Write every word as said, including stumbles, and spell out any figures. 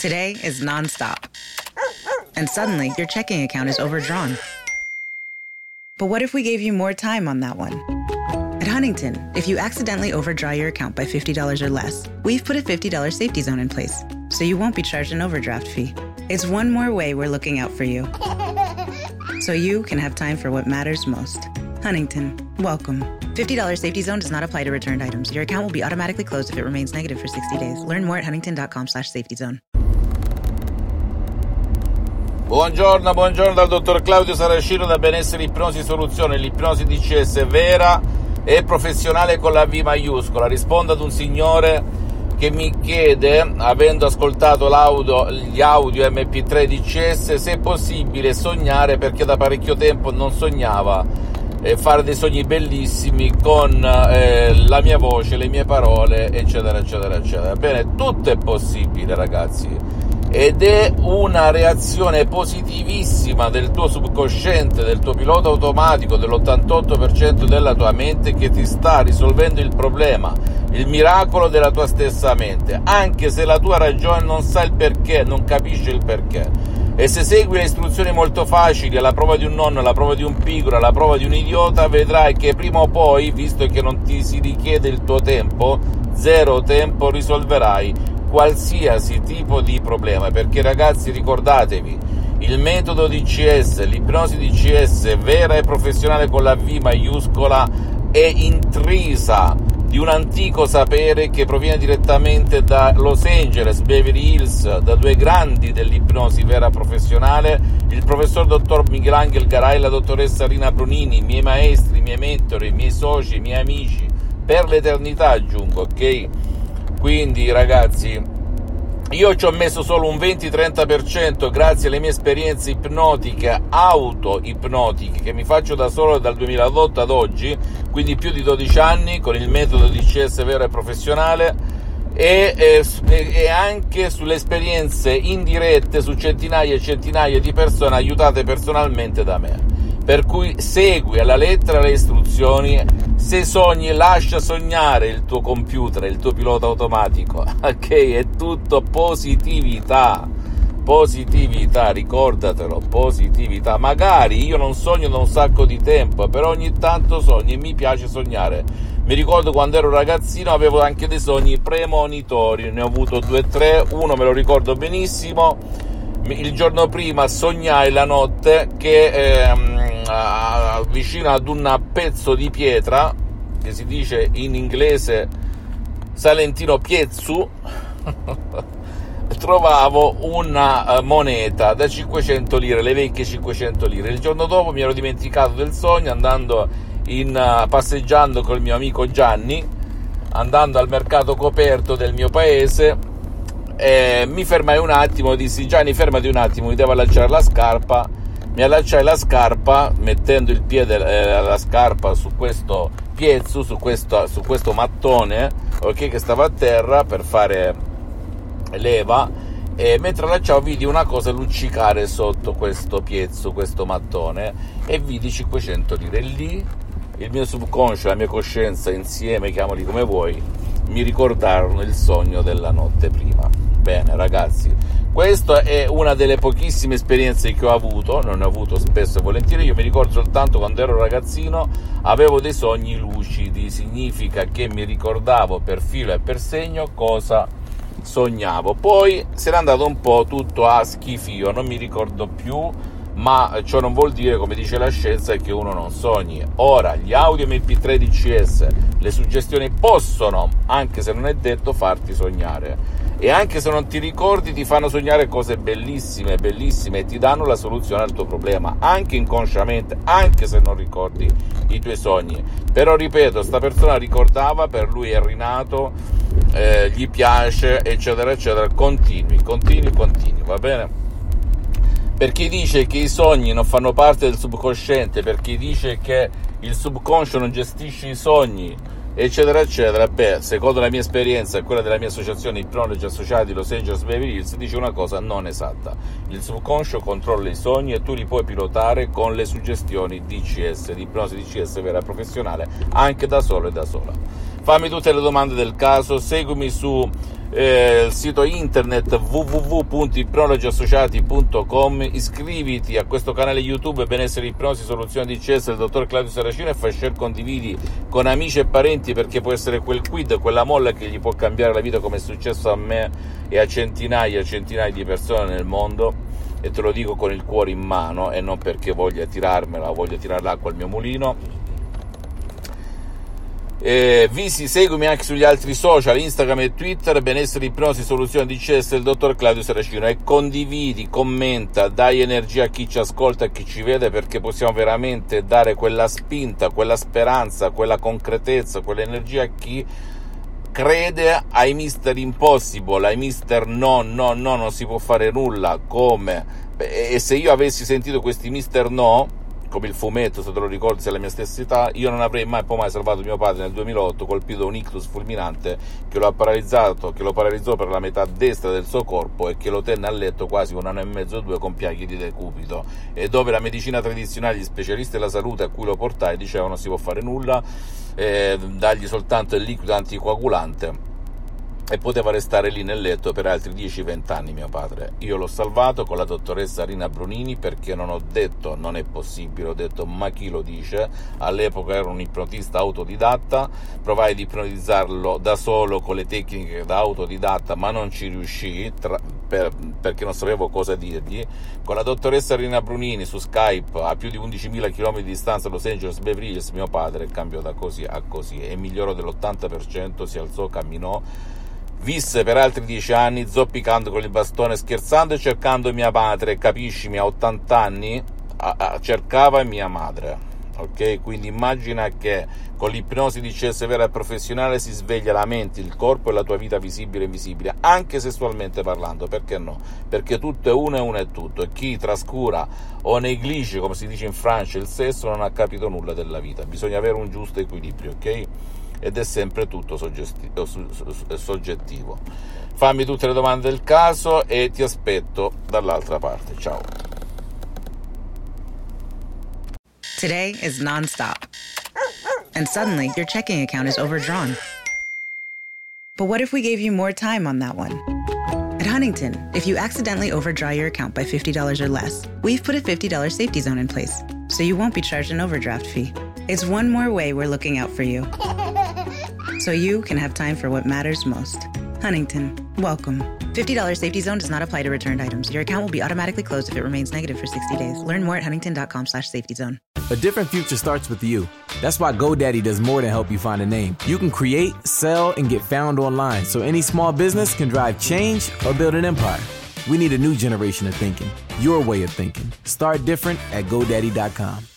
Today is nonstop. And suddenly, your checking account is overdrawn. But what if we gave you more time on that one? At Huntington, if you accidentally overdraw your account by fifty dollars or less, we've put a fifty dollars safety zone in place, so you won't be charged an overdraft fee. It's one more way we're looking out for you, so you can have time for what matters most. Huntington, welcome. fifty dollars safety zone does not apply to returned items. Your account will be automatically closed if it remains negative for sixty days. Learn more at huntington.com slash safety zone. Buongiorno, buongiorno dal dottor Claudio Saracino da Benessere Ipnosi Soluzione, l'ipnosi D C S vera e professionale con la V maiuscola. Rispondo ad un signore che mi chiede, avendo ascoltato l'audio, gli audio M P tre D C S, se è possibile sognare, perché da parecchio tempo non sognava, e fare dei sogni bellissimi con eh, la mia voce, le mie parole, eccetera, eccetera, eccetera. Bene, tutto è possibile, ragazzi. Ed è una reazione positivissima del tuo subconsciente, del tuo pilota automatico, dell'ottantotto per cento della tua mente, che ti sta risolvendo il problema, il miracolo della tua stessa mente, anche se la tua ragione non sa il perché, non capisce il perché. E se segui le istruzioni molto facili, alla prova di un nonno, alla prova di un pigro, alla prova di un idiota, vedrai che prima o poi, visto che non ti si richiede il tuo tempo, zero tempo, risolverai qualsiasi tipo di problema. Perché, ragazzi, ricordatevi, il metodo D C S, l'ipnosi D C S vera e professionale con la V maiuscola, è intrisa di un antico sapere che proviene direttamente da Los Angeles, Beverly Hills, da due grandi dell'ipnosi vera professionale, il professor dottor Michelangelo Garai e la dottoressa Rina Brunini, i miei maestri, i miei mentori, i miei soci, i miei amici, per l'eternità, aggiungo, ok? Quindi, ragazzi, io ci ho messo solo un venti-trenta per cento grazie alle mie esperienze ipnotiche, auto-ipnotiche, che mi faccio da solo dal duemilaotto ad oggi, quindi più di dodici anni, con il metodo D C S vero e professionale, e, e, e anche sulle esperienze indirette su centinaia e centinaia di persone aiutate personalmente da me. Per cui segui alla lettera le istruzioni. Se sogni, lascia sognare il tuo computer, il tuo pilota automatico, ok? È tutto positività, positività, ricordatelo, positività. Magari io non sogno da un sacco di tempo, però ogni tanto sogno e mi piace sognare. Mi ricordo quando ero ragazzino avevo anche dei sogni premonitori, ne ho avuto due o tre, uno me lo ricordo benissimo. Il giorno prima sognai la notte che ehm, a, vicino ad un pezzo di pietra, che si dice in inglese salentino piezzu, trovavo una moneta da cinquecento lire, le vecchie cinquecento lire. Il giorno dopo mi ero dimenticato del sogno, andando in passeggiando col mio amico Gianni, andando al mercato coperto del mio paese. Eh, mi fermai un attimo, dissi: Gianni, fermati un attimo, mi devo allacciare la scarpa. Mi allacciai la scarpa, mettendo il piede, eh, la scarpa su questo piezzo, su questo, su questo mattone, ok, che stava a terra per fare leva, e mentre allacciavo vidi una cosa luccicare sotto questo piezzo, questo mattone, e vidi cinquecento lire. E lì il mio subconscio, la mia coscienza insieme, chiamali come vuoi, mi ricordarono il sogno della notte prima. Bene, ragazzi, questa è una delle pochissime esperienze che ho avuto, non ne ho avuto spesso e volentieri. Io mi ricordo soltanto quando ero ragazzino avevo dei sogni lucidi, significa che mi ricordavo per filo e per segno cosa sognavo. Poi se n'è andato un po' tutto a schifio, non mi ricordo più, ma ciò non vuol dire, come dice la scienza, che uno non sogni. Ora, gli audio M P tre D C S, le suggestioni possono, anche se non è detto, farti sognare, e anche se non ti ricordi ti fanno sognare cose bellissime, bellissime, e ti danno la soluzione al tuo problema, anche inconsciamente, anche se non ricordi i tuoi sogni. Però ripeto, sta persona ricordava, per lui è rinato, eh, gli piace, eccetera eccetera. Continui, continui, continui, va bene? Per chi dice che i sogni non fanno parte del subconsciente, per chi dice che il subconscio non gestisce i sogni, eccetera eccetera, beh, secondo la mia esperienza e quella della mia associazione Ipnologi Associati Los Angeles Beverly Hills, dice una cosa non esatta. Il subconscio controlla i sogni e tu li puoi pilotare con le suggestioni D C S, di ipnosi D C S vera e professionale, anche da solo e da sola. Fammi tutte le domande del caso, seguimi su eh, il sito internet w w w punto ipnologi associati punto com, iscriviti a questo canale YouTube Benessere Ipnosi Soluzione D C S del dottor Claudio Saracino e fai share, condividi con amici e parenti, perché può essere quel quid, quella molla che gli può cambiare la vita, come è successo a me e a centinaia e centinaia di persone nel mondo. E te lo dico con il cuore in mano e non perché voglia tirarmela o voglia tirare l'acqua al mio mulino. Eh, visi, seguimi anche sugli altri social, Instagram e Twitter, Benessere Ipnosi Soluzione D C S del dottor Claudio Saracino, e condividi, commenta, dai energia a chi ci ascolta e chi ci vede, perché possiamo veramente dare quella spinta, quella speranza, quella concretezza, quell'energia a chi crede ai mister impossible, ai mister no, no, no, non si può fare nulla, come, e se io avessi sentito questi mister no, come il fumetto, se te lo ricordi, se è la mia stessa età, io non avrei mai poi mai salvato mio padre nel duemilaotto, colpito da un ictus fulminante che lo ha paralizzato, che lo paralizzò per la metà destra del suo corpo e che lo tenne a letto quasi un anno e mezzo o due con piaghe di decubito, e dove la medicina tradizionale, gli specialisti della salute a cui lo portai dicevano non si può fare nulla, eh, dargli soltanto il liquido anticoagulante, e poteva restare lì nel letto per altri dieci venti anni mio padre. Io l'ho salvato con la dottoressa Rina Brunini, perché non ho detto non è possibile, ho detto ma chi lo dice. All'epoca ero un ipnotista autodidatta, provai ad ipnotizzarlo da solo con le tecniche da autodidatta, ma non ci riuscii tra, per, perché non sapevo cosa dirgli. Con la dottoressa Rina Brunini su Skype, a più di undicimila chilometri di distanza da Los Angeles Beverly Hills, mio padre cambiò da così a così e migliorò dell'ottanta per cento, si alzò, camminò, visse per altri dieci anni zoppicando con il bastone, scherzando e cercando mia madre, capiscimi, a ottanta anni a, a, cercava mia madre, ok? Quindi immagina che con l'ipnosi D C S vera e professionale si sveglia la mente, il corpo e la tua vita visibile e invisibile, anche sessualmente parlando, perché no? Perché tutto è uno e uno è tutto, e chi trascura o neglige, come si dice in Francia, il sesso non ha capito nulla della vita. Bisogna avere un giusto equilibrio, ok? Ed è sempre tutto soggettivo. Fammi tutte le domande del caso e ti aspetto dall'altra parte. Ciao. Today is non-stop. And suddenly your checking account is overdrawn. But what if we gave you more time on that one? At Huntington, if you accidentally overdraw your account by fifty dollars or less, we've put a fifty dollars safety zone in place, so you won't be charged an overdraft fee. It's one more way we're looking out for you, so you can have time for what matters most. Huntington, welcome. fifty dollars safety zone does not apply to returned items. Your account will be automatically closed if it remains negative for sixty days. Learn more at huntington.com slash safety zone. A different future starts with you. That's why GoDaddy does more than help you find a name. You can create, sell, and get found online, so any small business can drive change or build an empire. We need a new generation of thinking, your way of thinking. Start different at GoDaddy dot com.